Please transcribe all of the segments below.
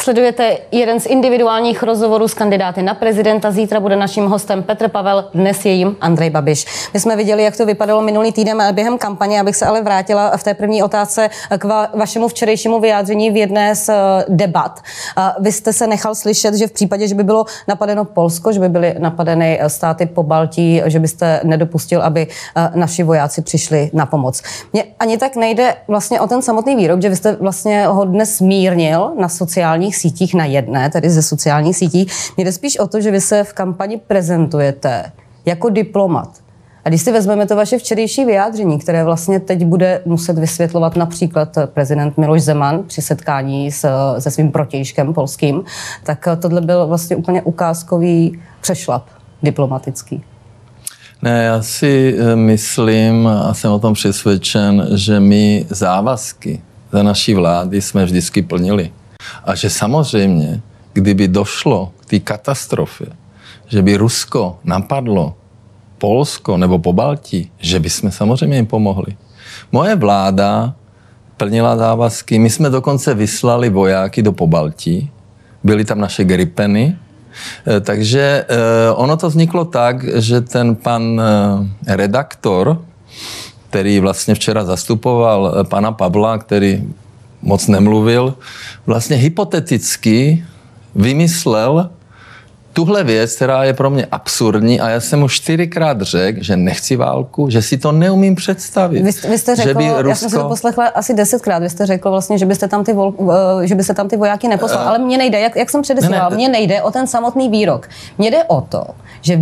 Sledujete jeden z individuálních rozhovorů s kandidáty na prezidenta. Zítra bude naším hostem Petr Pavel, dnes je jim Andrej Babiš. My jsme viděli, jak to vypadalo minulý týden během kampaně, abych se ale vrátila v té první otázce k vašemu včerejšímu vyjádření v jedné z debat. Vy jste se nechal slyšet, že v případě, že by bylo napadeno Polsko, že by byly napadeny státy Pobaltí, že byste nedopustil, aby naši vojáci přišli na pomoc. Mně ani tak nejde vlastně o ten samotný výrok, že vy jste vlastně ho dnes mírnil na sociálních sítích, na jedné, tedy ze sociálních sítí. Mně jde spíš o to, že vy se v kampani prezentujete jako diplomat. A když si vezmeme to vaše včerejší vyjádření, které vlastně teď bude muset vysvětlovat například prezident Miloš Zeman při setkání se svým protějškem polským, tak tohle byl vlastně úplně ukázkový přešlap diplomatický. Ne, já si myslím a jsem o tom přesvědčen, že my závazky za naší vlády jsme vždycky plnili. A že samozřejmě, kdyby došlo k té katastrofě, že by Rusko napadlo Polsko nebo Pobaltí, že bychom samozřejmě jim pomohli. Moje vláda plnila závazky, my jsme dokonce vyslali vojáky do Pobaltí, byly tam naše Gripeny, takže ono to vzniklo tak, že ten pan redaktor, který vlastně včera zastupoval pana Pavla, který moc nemluvil, vlastně hypoteticky vymyslel tuhle věc, která je pro mě absurdní a já jsem mu 4krát řekl, že nechci válku, že si to neumím představit. Vy jste řekl, já jsem si to poslechla asi 10krát, vy jste řekl vlastně, že byste tam ty vojáky neposlal, ale mně nejde, jak jsem předesílala, mně nejde o ten samotný výrok. Mně jde o to, že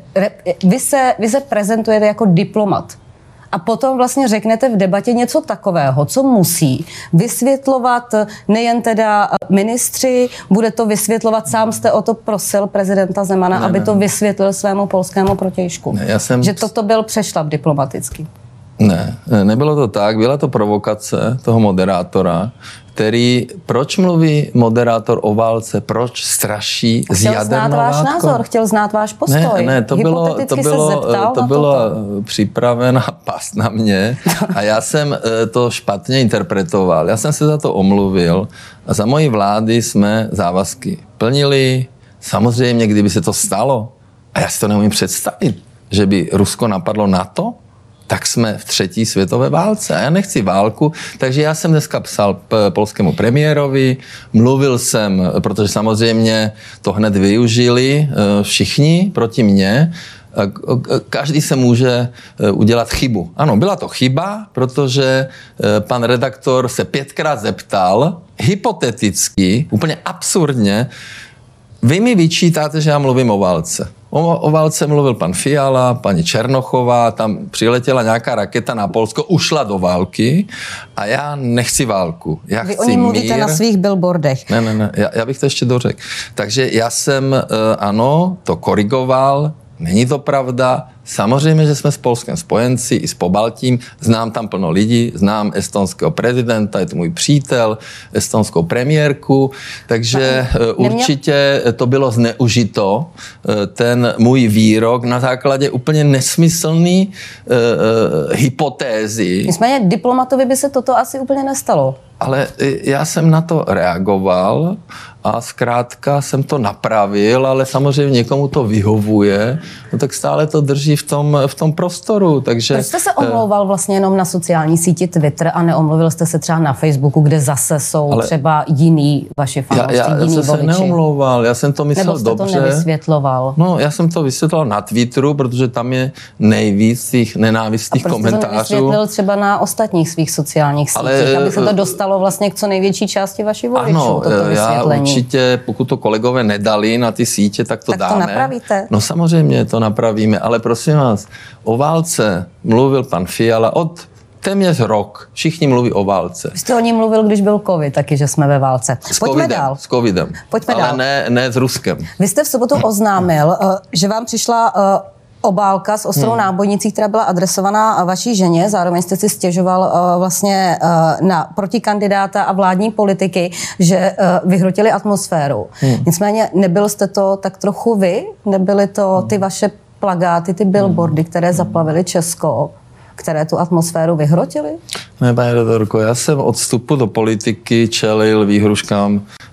vy se prezentujete jako diplomat. A potom vlastně řeknete v debatě něco takového, co musí vysvětlovat nejen teda ministři, bude to vysvětlovat, sám jste o to prosil prezidenta Zemana, aby to vysvětlil svému polskému protějšku. Že toto byl přešlap diplomatický. Ne, nebylo to tak, byla to provokace toho moderátora, proč mluví moderátor o válce, proč straší s jadernou látkou? Chtěl znát váš názor, chtěl znát váš postoj. Ne, to bylo připravená past na mě a já jsem to špatně interpretoval. Já jsem se za to omluvil a za mojí vlády jsme závazky plnili. Samozřejmě, kdyby se to stalo, a já si to neumím představit, že by Rusko napadlo NATO, tak jsme v 3. světové válce. A já nechci válku, takže já jsem dneska psal polskému premiérovi, mluvil jsem, protože samozřejmě to hned využili všichni proti mně. Každý se může udělat chybu. Ano, byla to chyba, protože pan redaktor se 5krát zeptal, hypoteticky, úplně absurdně, vy mi vyčítáte, že já mluvím o válce. O válce mluvil pan Fiala, paní Černochová, tam přiletěla nějaká raketa na Polsko, ušla do války a já nechci válku. Já chci mír. Vy o ní mluvíte na svých billboardech. Ne, já bych to ještě dořekl. Takže já jsem, ano, to korigoval, není to pravda. Samozřejmě, že jsme s Polskem spojenci i s Pobaltím. Znám tam plno lidí, znám estonského prezidenta, je to můj přítel, estonskou premiérku, takže určitě to bylo zneužito, ten můj výrok na základě úplně nesmyslný hypotézy. Nicméně diplomatovi by se toto asi úplně nestalo. Ale já jsem na to reagoval a zkrátka jsem to napravil, ale samozřejmě někomu to vyhovuje, no tak stále to drží v tom prostoru, takže... Proč jste se omlouval vlastně jenom na sociální síti Twitter a neomluvil jste se třeba na Facebooku, kde zase jsou třeba jiní vaši fanoušci, jiní voliči? Já jsem se neomlouval, já jsem to myslel dobře. Nebo jste to nevysvětloval? No, já jsem to vysvětloval na Twitteru, protože tam je nejvíc těch nenávistných komentářů. A proč jste to nevysvětlil třeba na ostatních svých sociálních sítích, aby se to dostalo vlastně k co největší části vaší voličů, toto vysvětlení? Určitě, pokud to kolegové nedali na ty sítě, tak to dáme. Tak to napravíte? No samozřejmě to napravíme, ale prosím vás, o válce mluvil pan Fiala od téměř rok. Všichni mluví o válce. Vy jste o ní mluvil, když byl covid, taky, že jsme ve válce. Pojďme dál. S covidem. Pojďme ale dál. Ne s Ruskem. Vy jste v sobotu oznámil, že vám přišla obálka s ostrou nábojnicí, která byla adresovaná vaší ženě. Zároveň jste si stěžoval vlastně na protikandidáta a vládní politiky, že vyhrotili atmosféru. Nicméně nebyl jste to tak trochu vy? Nebyly to ty vaše plakáty, ty billboardy, které zaplavily Česko, které tu atmosféru vyhrotily? Ne, paní redaktorko, já jsem od vstupu do politiky čelil výhruškám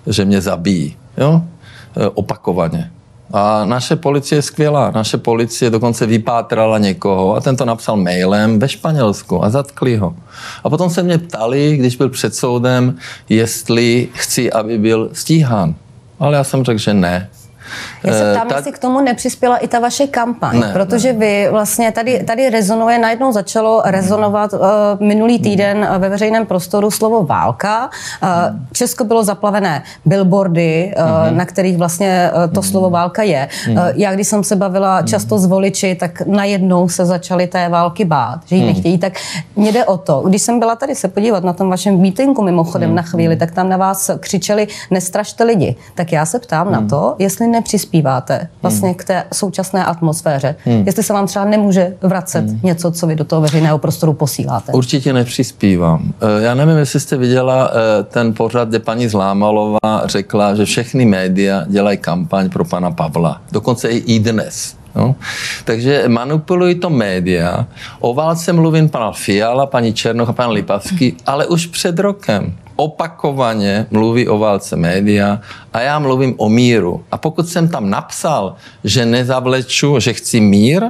že mě zabijí. Jo? Opakovaně. A naše policie je skvělá. Naše policie dokonce vypátrala někoho a ten to napsal mailem ve Španělsku a zatkli ho. A potom se mě ptali, když byl před soudem, jestli chci, aby byl stíhán. Ale já jsem řekl, že ne. Já se ptám, jestli k tomu nepřispěla i ta vaše kampaň, protože vy vlastně tady rezonuje, najednou začalo rezonovat minulý týden ve veřejném prostoru slovo válka. Česko bylo zaplavené billboardy, na kterých vlastně to slovo válka je. Já, když jsem se bavila často s voliči, tak najednou se začaly té války bát, že ji nechtějí. Tak mě jde o to, když jsem byla tady se podívat na tom vašem mítinku mimochodem na chvíli, tak tam na vás křičeli nestrašte lidi. Tak já se ptám na to, jestli nepřispíváte vlastně k té současné atmosféře. Jestli se vám třeba nemůže vracet něco, co vy do toho veřejného prostoru posíláte. Určitě nepřispívám. Já nevím, jestli jste viděla ten pořad, kde paní Zlámalová řekla, že všechny média dělají kampaň pro pana Pavla. Dokonce i dnes. No? Takže manipulují to média. O válce mluvím pan Fiala, paní Černoch a pan Lipavský, ale už před rokem. Opakovaně mluví o válce média a já mluvím o míru. A pokud jsem tam napsal, že nezavleču, že chci mír,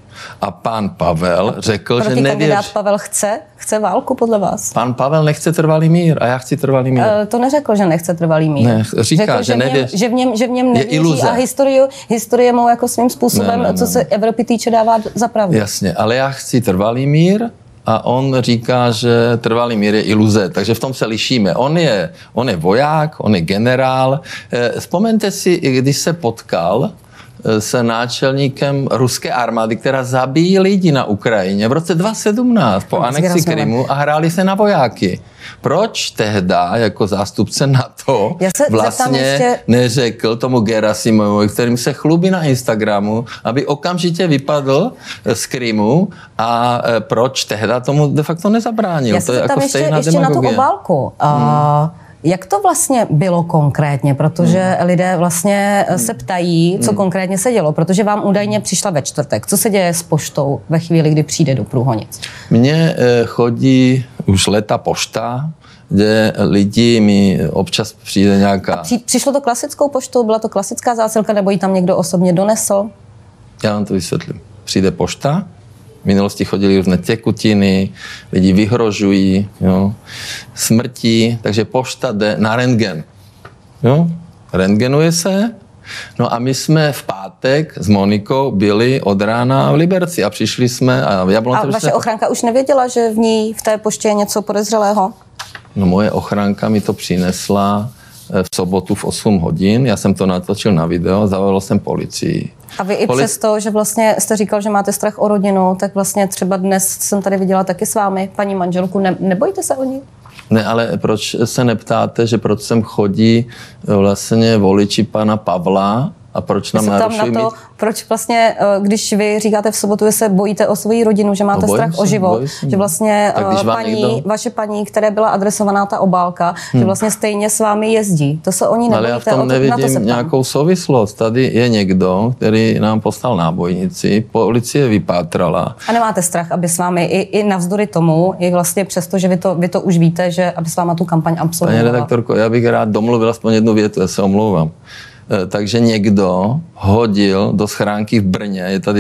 a pan Pavel řekl, že nevěří. Kandidát Pavel chce válku podle vás? Pan Pavel nechce trvalý mír a já chci trvalý mír. To neřekl, že nechce trvalý mír. Ne, říká, že nevěří. Že v něm nevěří a historie mu jako svým způsobem, co se Evropy týče, dává za pravdu. Jasně, ale já chci trvalý mír a on říká, že trvalý mír je iluze, takže v tom se lišíme. On je voják, on je generál. Vzpomeňte si, když se potkal s náčelníkem ruské armády, která zabíjí lidi na Ukrajině v roce 2017 po anexi Krymu a hráli se na vojáky. Proč tehda jako zástupce NATO vlastně neřekl tomu Gerasimovi, kterým se chlubí na Instagramu, aby okamžitě vypadl z Krymu a proč tehda tomu de facto nezabránil? Já se to je jako ještě na tu obálku. Jak to vlastně bylo konkrétně? Protože lidé vlastně se ptají, co konkrétně se dělo, protože vám údajně přišla ve čtvrtek. Co se děje s poštou ve chvíli, kdy přijde do Průhonic? Mně chodí už léta pošta, kde lidi mi občas přijde nějaká... A přišlo to klasickou poštou? Byla to klasická zásilka, nebo ji tam někdo osobně donesl? Já vám to vysvětlím. Přijde pošta, v minulosti chodili různé tekutiny, lidi vyhrožují, jo, smrtí, takže pošta jde na rentgen. Jo, rentgenuje se, no a my jsme v pátek s Monikou byli od rána v Liberci a přišli jsme... A vaše ochranka už nevěděla, že v té poště je něco podezřelého? No moje ochranka mi to přinesla v sobotu v 8 hodin, já jsem to natočil na video, zavolal jsem policii. A vy i přesto, že vlastně jste říkal, že máte strach o rodinu, tak vlastně třeba dnes jsem tady viděla taky s vámi paní manželku. Nebojíte se o ní? Ne, ale proč se neptáte, že proč sem chodí vlastně voliči pana Pavla a proč nám narušují mít... Proč vlastně, když vy říkáte v sobotu, že se bojíte o svoji rodinu, že máte strach o život, že vlastně vaše paní, které byla adresovaná ta obálka, že vlastně stejně s vámi jezdí. To se o ní nebojíte. Ale já v tom nevidím nějakou souvislost. Tady je někdo, který nám poslal nábojnici, policie vypátrala. A nemáte strach, aby s vámi i navzdory tomu, i vlastně přesto, že vy to už víte, že aby s váma tu kampaň absolvovala? Paní redaktorko, já bych rád domluvil aspoň jednu větu, já se omlouvám. Takže někdo hodil do schránky v Brně, je tady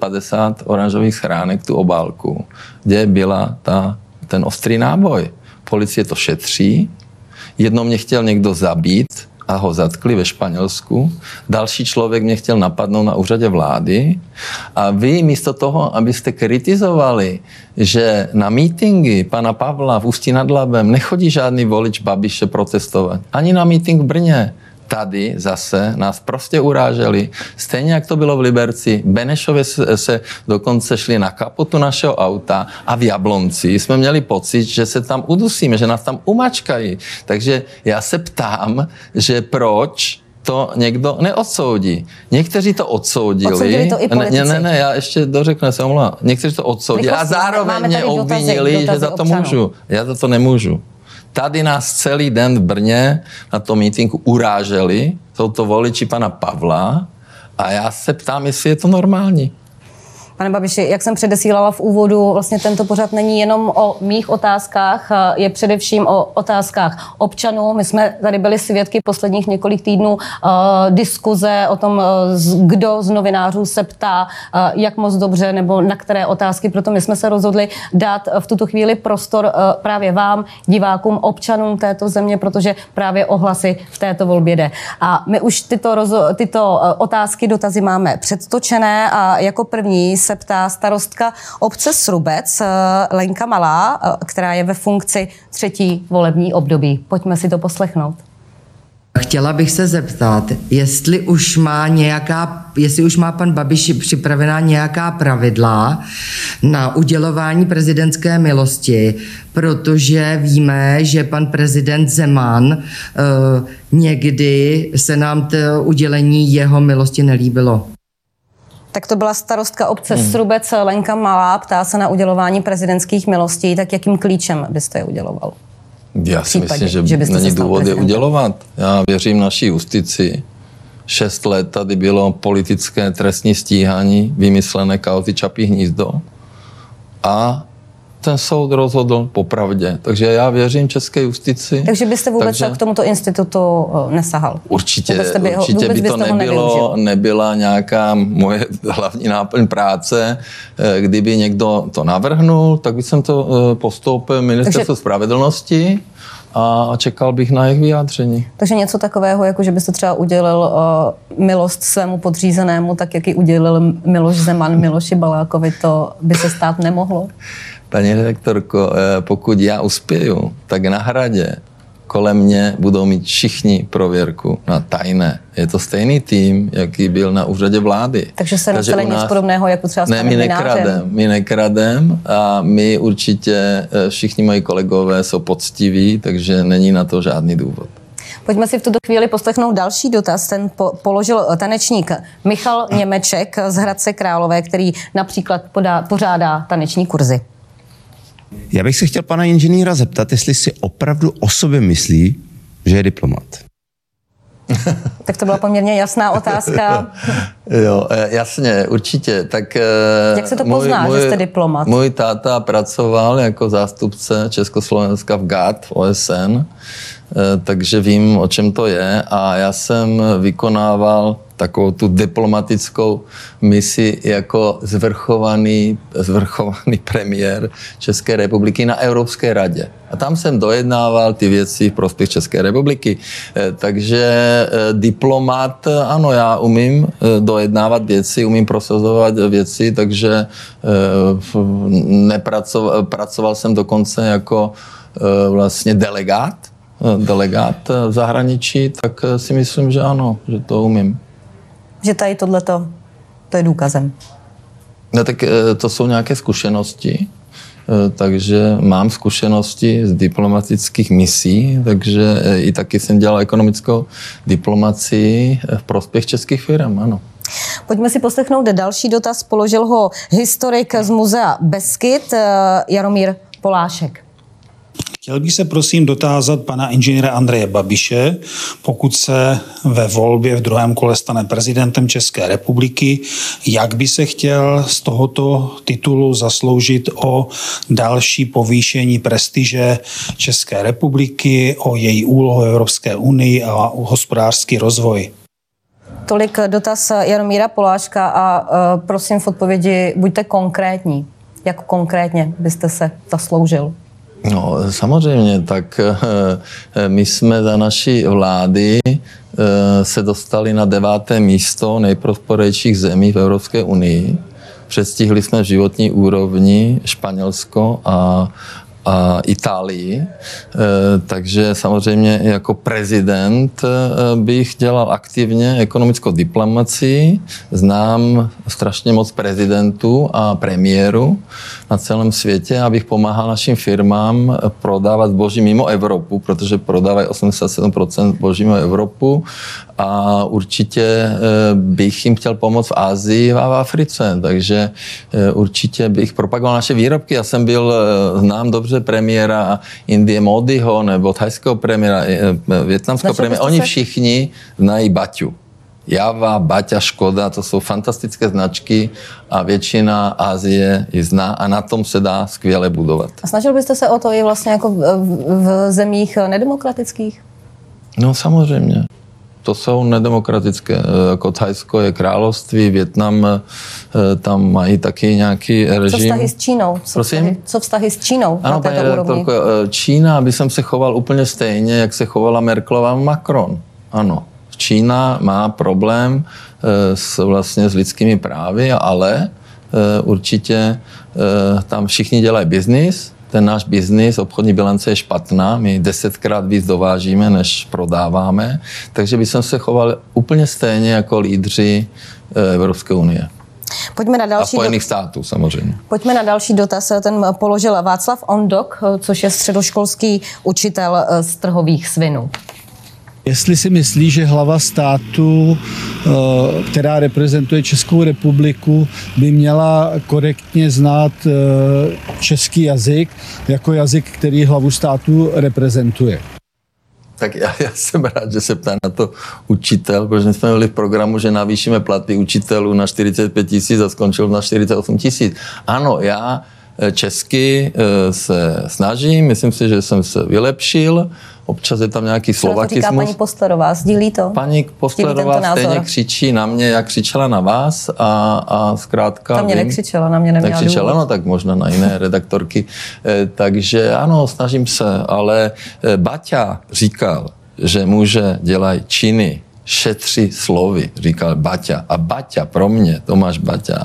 250 oranžových schránek, tu obálku, kde byla ten ostrý náboj. Policie to šetří. Jednou mě chtěl někdo zabít a ho zatkli ve Španělsku. Další člověk mě chtěl napadnout na úřadě vlády. A vy místo toho, abyste kritizovali, že na mítingy pana Pavla v Ústí nad Labem nechodí žádný volič Babiše protestovat. Ani na míting v Brně. Tady zase nás prostě uráželi. Stejně, jak to bylo v Liberci. Benešově se dokonce šli na kapotu našeho auta a v Jablonci jsme měli pocit, že se tam udusíme, že nás tam umačkají. Takže já se ptám, že proč to někdo neodsoudí. Někteří to odsoudili. Odsoudili to i politici. Ne, já ještě dořeknu, se omlouvám. Někteří to odsoudili a zároveň mě obvinili, že za to můžu. Já za to nemůžu. Tady nás celý den v Brně na tom mítinku uráželi, jsou to voliči pana Pavla a já se ptám, jestli je to normální. Pane Babiši, jak jsem předesílala v úvodu, vlastně tento pořad není jenom o mých otázkách, je především o otázkách občanů. My jsme tady byli svědky posledních několik týdnů diskuze o tom, kdo z novinářů se ptá, jak moc dobře nebo na které otázky. Proto my jsme se rozhodli dát v tuto chvíli prostor právě vám, divákům, občanům této země, protože právě o hlasy v této volbě jde. A my už tyto otázky, dotazy máme předtočené a jako první se ptá starostka obce Srubec Lenka Malá, která je ve funkci 3. volební období. Pojďme si to poslechnout. Chtěla bych se zeptat, jestli už má pan Babiš připravená nějaká pravidla na udělování prezidentské milosti, protože víme, že pan prezident Zeman někdy se nám to udělení jeho milosti nelíbilo. Tak to byla starostka obce Srubec Lenka Malá, ptá se na udělování prezidentských milostí, tak jakým klíčem byste je uděloval? Já si myslím, že není důvod je udělovat. Já věřím naší justici. 6 let tady bylo politické trestní stíhání, vymyslené kauzy Čapí hnízdo a ten soud rozhodl po pravdě. Takže já věřím neské justici. Takže byste vůbec k tomuto institutu nesahal? Určitě by to nebyla nějaká moje hlavní náplň práce. Kdyby někdo to navrhnul, tak bych jsem to postoupil Ministerstvu spravedlnosti a čekal bych na jejich vyjádření. Takže něco takového, jako že byste třeba udělil milost svému podřízenému, tak jak ji udělil Miloš Zeman Miloši Balákovi, to by se stát nemohlo? Paní redaktorko, pokud já uspěju, tak na Hradě kolem mě budou mít všichni prověrku na tajné. Je to stejný tým, jaký byl na úřadě vlády. Takže se nestane nic podobného, jako třeba s panem Minářem? My nekradem a my určitě, všichni moji kolegové jsou poctiví, takže není na to žádný důvod. Pojďme si v tuto chvíli poslechnout další dotaz. Ten položil tanečník Michal Němeček z Hradce Králové, který například pořádá taneční kurzy. Já bych se chtěl pana inženýra zeptat, jestli si opravdu o sobě myslí, že je diplomat. Tak to byla poměrně jasná otázka. Jo, jasně, určitě. Tak, jak se to pozná, že jste diplomat? Můj táta pracoval jako zástupce Československa v GATT, v OSN, takže vím, o čem to je a já jsem vykonával takovou tu diplomatickou misi jako zvrchovaný premiér České republiky na Evropské radě. A tam jsem dojednával ty věci v prospěch České republiky. Takže diplomat, ano, já umím dojednávat věci, umím prosazovat věci, takže pracoval jsem dokonce jako vlastně delegát v zahraničí, tak si myslím, že ano, že to umím. Že tady tohleto, to je důkazem. No tak to jsou nějaké zkušenosti, takže mám zkušenosti z diplomatických misí, takže i taky jsem dělal ekonomickou diplomacii v prospěch českých firm, ano. Pojďme si poslechnout další dotaz, položil ho historik z muzea Beskyd Jaromír Polášek. Chtěl bych se prosím dotázat pana inženýra Andreje Babiše, pokud se ve volbě v 2. kole stane prezidentem České republiky, jak by se chtěl z tohoto titulu zasloužit o další povýšení prestiže České republiky, o její úlohu Evropské unii a o hospodářský rozvoj. Tolik dotaz Jaromíra Poláška a prosím v odpovědi buďte konkrétní. Jak konkrétně byste se zasloužil? No, samozřejmě, tak my jsme za naší vlády se dostali na 9. místo nejprosperutějších zemí v Evropské unii. Předstihli jsme v životní úrovni Španělsko a Itálii, takže samozřejmě jako prezident bych dělal aktivně ekonomickou diplomacii. Znám strašně moc prezidentů a premiérů na celém světě, abych pomáhal našim firmám prodávat zboží mimo Evropu, protože prodávají 87% zboží mimo Evropu a určitě bych jim chtěl pomoct v Asii a v Africe, takže určitě bych propagoval naše výrobky. Já jsem znám dobře premiéra Indie Modiho nebo thajského premiéra, vietnamského premiéra. Oni všichni znají baťu. Java, Baťa, Škoda, to jsou fantastické značky a většina Asie ji zná a na tom se dá skvěle budovat. A snažil byste se o to i vlastně jako v zemích nedemokratických? No samozřejmě. To jsou nedemokratické. Jako Thajsko je království, Vietnam, tam mají taky nějaký režim. Co vztahy s Čínou? Co vztahy s Čínou na této úrovni? Čína by jsem se choval úplně stejně, jak se chovala Merkelová a Macron. Ano. Čína má problém s lidskými právy, ale určitě tam všichni dělají biznis. Ten náš biznis, obchodní bilance je špatná, my 10krát víc dovážíme, než prodáváme, takže bych se choval úplně stejně jako lídři Evropské unie. Pojďme na další a Spojených států samozřejmě. Pojďme na další dotaz, ten položil Václav Ondok, což je středoškolský učitel z trhových svinů. Jestli si myslí, že hlava státu, která reprezentuje Českou republiku, by měla korektně znát český jazyk jako jazyk, který hlavu státu reprezentuje. Tak já jsem rád, že se ptá na to učitel, protože jsme měli v programu, že navýšíme platy učitelů na 45 000 a skončil na 48 000. Ano, já česky se snažím, myslím si, že jsem se vylepšil. Občas je tam nějaký slovakismus. To říká paní Postlerová, sdílí to? Paní Postlerová stejně křičí na mě, jak křičela na vás a zkrátka... Na mě nekřičela, na mě neměla nekřičela, no tak možná na jiné redaktorky. Takže ano, snažím se, ale Baťa říkal, že muže dělají činy, šetří slovy, říkal Baťa. A Baťa pro mě, Tomáš Baťa,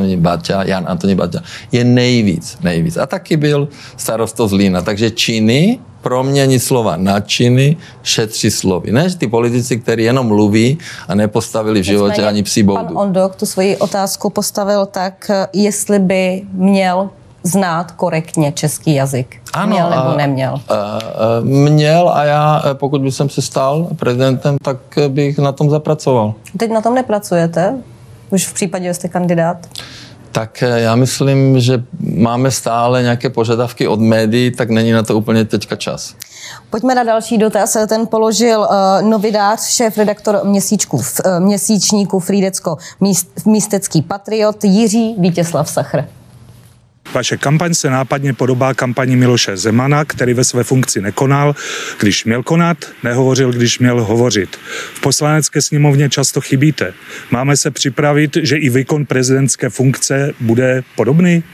Jan Antonín Baťa, je nejvíc. A taky byl starostou Zlína. Takže činy, promění slova na činy, šetří slovy. Než ty politici, kteří jenom mluví a nepostavili v životě ani psí boudu. Pan Ondok tu svoji otázku postavil tak, jestli by měl znát korektně český jazyk. Ano, měl nebo neměl? Měl a já, pokud bych se stal prezidentem, tak bych na tom zapracoval. Teď na tom nepracujete? Už v případě, že jste kandidát? Tak já myslím, že máme stále nějaké požadavky od médií, tak není na to úplně teďka čas. Pojďme na další dotaz. Ten položil novinář, šéf-redaktor měsíčníku Frýdecko Místecký patriot Jiří Vítězslav Sachr. Vaše kampaň se nápadně podobá kampani Miloše Zemana, který ve své funkci nekonal, když měl konat, nehovořil, když měl hovořit. V poslanecké sněmovně často chybíte. Máme se připravit, že i výkon prezidentské funkce bude podobný?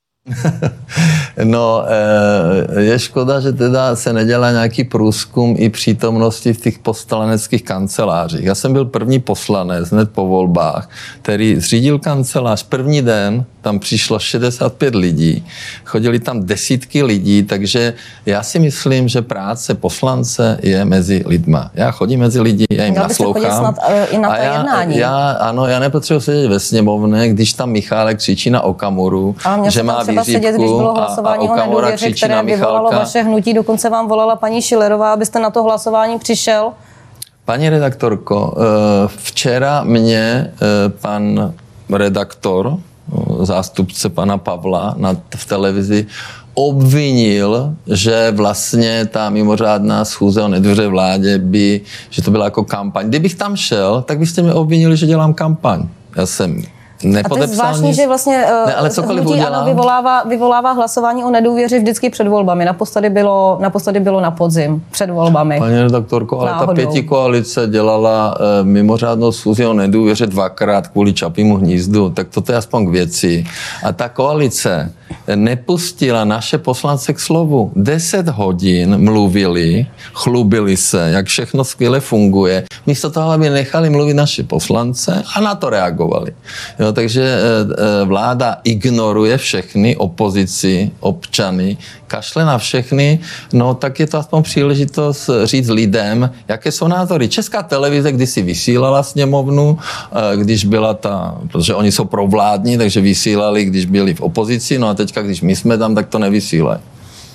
No, je škoda, že teda se nedělá nějaký průzkum i přítomnosti v těch poslaneckých kancelářích. Já jsem byl první poslanec hned po volbách, který zřídil kancelář. První den tam přišlo 65 lidí, chodili tam desítky lidí, takže já si myslím, že práce poslance je mezi lidma. Já chodím mezi lidi, já jim naslouchám. Snad i na ta jednání. Já nepotřebuji sedět ve sněmovně, když tam Michálek křičí na Okamuru, že má sedět, když bylo hlasování o nedůvěře, které vyvolalo vaše hnutí. Dokonce vám volala paní Schillerová, abyste na to hlasování přišel. Paní redaktorko, včera mě pan redaktor, zástupce pana Pavla v televizi, obvinil, že vlastně ta mimořádná schůze o nedůvěře vládě že to byla jako kampaň. Kdybych tam šel, tak byste mě obvinili, že dělám kampaň. Já jsem a to je zvláštní, že vlastně hnutí ANO vyvolává hlasování o nedůvěře vždycky před volbami. Naposledy bylo na podzim, před volbami. Paní redaktorko, ale ta pětikoalice dělala mimořádnou schůzi o nedůvěře 2krát kvůli Čapímu hnízdu, tak toto je aspoň k věci. A ta koalice nepustila naše poslance k slovu. 10 hodin mluvili, chlubili se, jak všechno skvěle funguje. Místo toho, aby nechali mluvit naše poslance a na to reagovali. Jo, takže vláda ignoruje všechny, opozici, občany, kašle na všechny, no tak je to aspoň příležitost říct lidem, jaké jsou názory. Česká televize kdysi vysílala sněmovnu, když byla protože oni jsou provládní, takže vysílali, když byli v opozici, no a teďka, když my jsme tam, tak to nevysílají.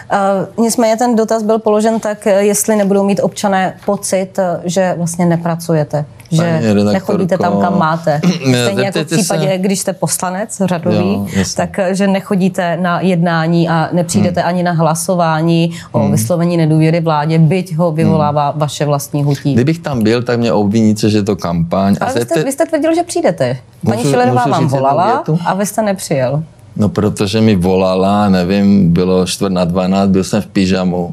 Nicméně ten dotaz byl položen tak, jestli nebudou mít občané pocit, že vlastně nepracujete. Že nechodíte tam, kam máte. Stejně jako v případě, když jste poslanec řadový, tak že nechodíte na jednání a nepřijdete ani na hlasování o vyslovení nedůvěry vládě, byť ho vyvolává vaše vlastní hutí. Kdybych tam byl, tak mě obviníte, že je to kampaň. Ale vy jste tvrdil, že přijdete. Paní Schillerová vám volala a vy jste nepřijel. No, protože mi volala, nevím, bylo 11:45, byl jsem v pyžamu.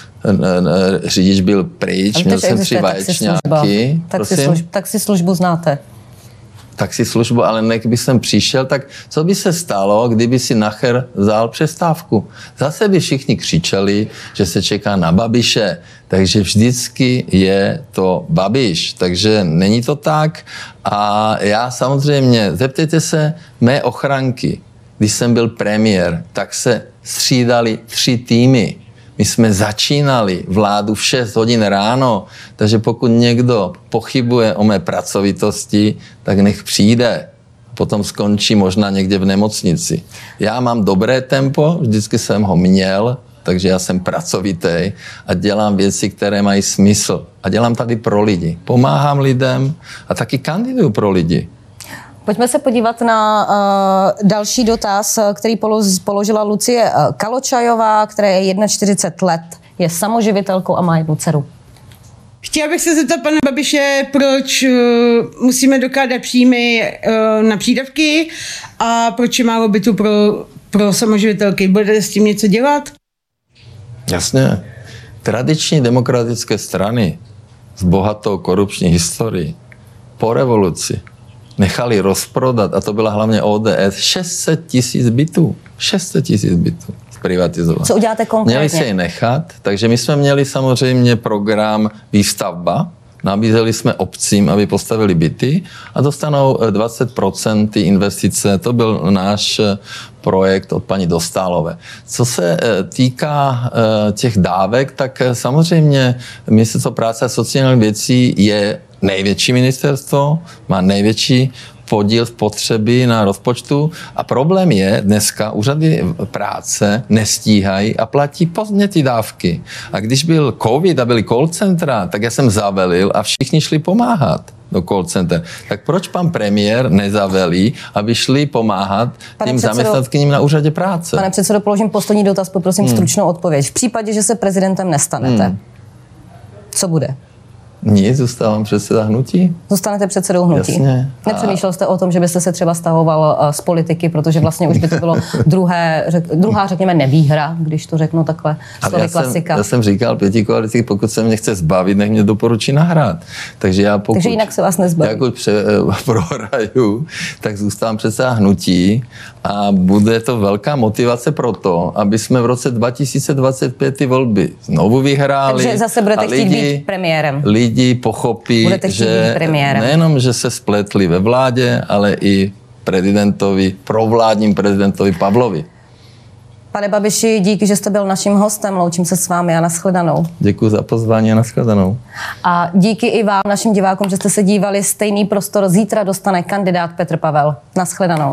Řidič byl pryč, měl jsem 3 vaječňáky. Taxislužbu znáte? Taxislužbu, ale než by jsem přišel, tak co by se stalo, kdyby si Nacher vzal přestávku? Zase by všichni křičeli, že se čeká na Babiše, takže vždycky je to Babiš, takže není to tak. A já samozřejmě, zeptejte se mé ochranky, když jsem byl premiér, tak se střídali 3 týmy. My jsme začínali vládu v 6 hodin ráno, takže pokud někdo pochybuje o mé pracovitosti, tak nech přijde. Potom skončí možná někde v nemocnici. Já mám dobré tempo, vždycky jsem ho měl, takže já jsem pracovitý a dělám věci, které mají smysl. A dělám tady pro lidi. Pomáhám lidem a taky kandiduju pro lidi. Pojďme se podívat na další dotaz, který položila Lucie Kaločajová, která je 41 let, je samoživitelkou a má 1 dceru. Chtěla bych se zeptat pana Babiše, proč musíme dokládat příjmy na přídavky a proč je málo bytu pro samoživitelky. Budete s tím něco dělat? Jasně. Tradiční demokratické strany s bohatou korupční historií po revoluci nechali rozprodat, a to byla hlavně ODS, 600 000 bytů. 600 000 bytů zprivatizovat. Co uděláte konkrétně? Měli se je nechat, takže my jsme měli samozřejmě program výstavba, nabízeli jsme obcím, aby postavili byty a dostanou 20% ty investice. To byl náš projekt od paní Dostálové. Co se týká těch dávek, tak samozřejmě Ministerstvo práce a sociálních věcí je největší ministerstvo, má největší podíl spotřeby na rozpočtu a problém je, dneska úřady práce nestíhají a platí pozdě ty dávky. A když byl covid a byly call centra, tak já jsem zavelil a všichni šli pomáhat do call center. Tak proč pan premiér nezavelí, aby šli pomáhat tím zaměstnankyním na úřadě práce? Pane předsedo, položím poslední dotaz, poprosím stručnou odpověď. V případě, že se prezidentem nestanete, co bude? Nic, zůstávám předseda hnutí. Zůstanete předsedou hnutí. Jasně. Nepřemýšlel jste o tom, že byste se třeba stahoval z politiky, protože vlastně už by to bylo druhá, řekněme, nevýhra, když to řeknu takhle, slovy klasika. Já jsem říkal pětikoalici, pokud se mě chce zbavit, nech mě doporučí nahrát. Takže jinak se vás nezbaví. Pokud prohraju, tak zůstávám předseda hnutí a bude to velká motivace pro to, aby jsme v roce 2025 ty volby znovu vyhráli. Takže zase budete chtít být premiérem. Lidi pochopí, že nejenom, že se spletli ve vládě, ale i provládním prezidentovi Pavlovi. Pane Babiši, díky, že jste byl naším hostem. Loučím se s vámi a nashledanou. Děkuji za pozvání a nashledanou. A díky i vám, našim divákům, že jste se dívali. Stejný prostor zítra dostane kandidát Petr Pavel. Nashledanou.